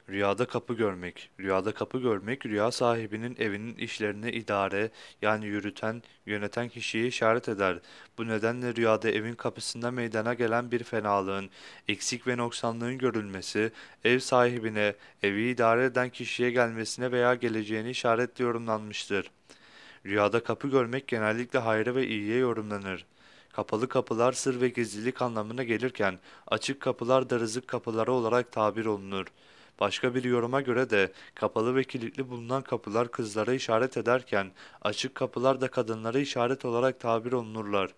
Rüyada kapı görmek. Rüyada kapı görmek, rüya sahibinin evinin işlerini idare, yani yöneten kişiyi işaret eder. Bu nedenle rüyada evin kapısında meydana gelen bir fenalığın, eksik ve noksanlığın görülmesi, ev sahibine, evi idare eden kişiye gelmesine veya geleceğini işaretle yorumlanmıştır. Rüyada kapı görmek genellikle hayra ve iyiye yorumlanır. Kapalı kapılar sır ve gizlilik anlamına gelirken açık kapılar da rızık kapıları olarak tabir olunur. Başka bir yoruma göre de kapalı ve kilitli bulunan kapılar kızlara işaret ederken açık kapılar da kadınlara işaret olarak tabir olunurlar.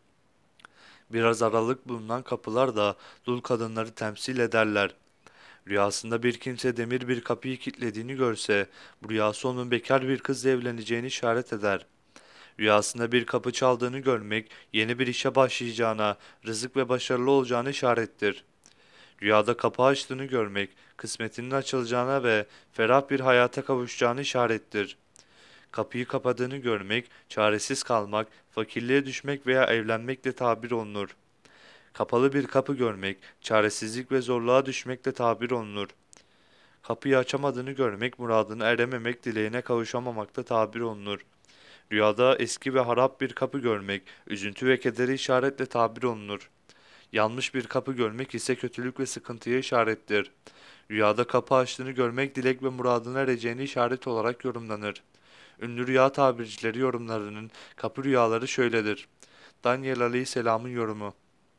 Biraz aralık bulunan kapılar da dul kadınları temsil ederler. Rüyasında bir kimse demir bir kapıyı kilitlediğini görse, bu rüyası onun bekar bir kızla evleneceğini işaret eder. Rüyasında bir kapı çaldığını görmek, yeni bir işe başlayacağına, rızık ve başarılı olacağına işarettir. Rüyada kapı açtığını görmek, kısmetinin açılacağına ve ferah bir hayata kavuşacağına işarettir. Kapıyı kapadığını görmek, çaresiz kalmak, fakirliğe düşmek veya evlenmekle tabir olunur. Kapalı bir kapı görmek, çaresizlik ve zorluğa düşmekle tabir olunur. Kapıyı açamadığını görmek, muradına erememek, dileğine kavuşamamakla tabir olunur. Rüyada eski ve harap bir kapı görmek, üzüntü ve kederi işaretle tabir olunur. Yanlış bir kapı görmek ise kötülük ve sıkıntıya işarettir. Rüyada kapı açtığını görmek dilek ve muradına ereceğini işaret olarak yorumlanır. Ünlü rüya tabircileri yorumlarının kapı rüyaları şöyledir. Daniel Aleyhisselam'ın yorumu.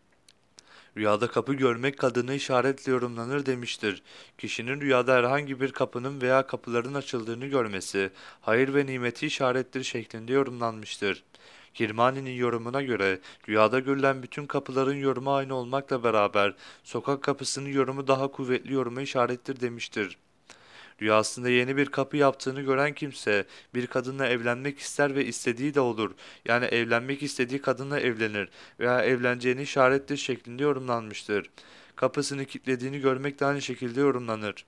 Rüyada kapı görmek kadını işaretle yorumlanır demiştir. Kişinin rüyada herhangi bir kapının veya kapıların açıldığını görmesi, hayır ve nimeti işarettir şeklinde yorumlanmıştır. Kirmani'nin yorumuna göre rüyada görülen bütün kapıların yorumu aynı olmakla beraber sokak kapısının yorumu daha kuvvetli yoruma işarettir demiştir. Rüyasında yeni bir kapı yaptığını gören kimse bir kadınla evlenmek ister ve istediği de olur. Yani evlenmek istediği kadınla evlenir veya evleneceğini işarettir şeklinde yorumlanmıştır. Kapısını kilitlediğini görmek de aynı şekilde yorumlanır.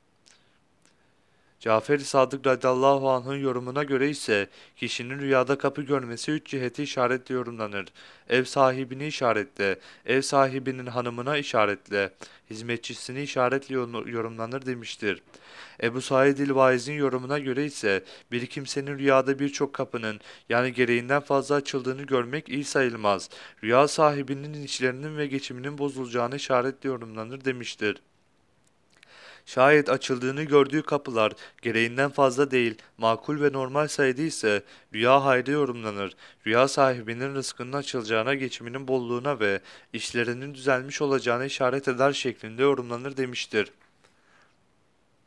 Cafer-i Sadık radıyallahu anh'ın yorumuna göre ise kişinin rüyada kapı görmesi üç ciheti işaretle yorumlanır. Ev sahibini işaretle, ev sahibinin hanımına işaretle, hizmetçisini işaretle yorumlanır demiştir. Ebu Said el-Vaiz'in yorumuna göre ise bir kimsenin rüyada birçok kapının yani gereğinden fazla açıldığını görmek iyi sayılmaz. Rüya sahibinin işlerinin ve geçiminin bozulacağını işaretle yorumlanır demiştir. Şayet açıldığını gördüğü kapılar gereğinden fazla değil, makul ve normal sayıda ise rüya hayrı yorumlanır. Rüya sahibinin rızkının açılacağına, geçiminin bolluğuna ve işlerinin düzelmiş olacağına işaret eder şeklinde yorumlanır demiştir.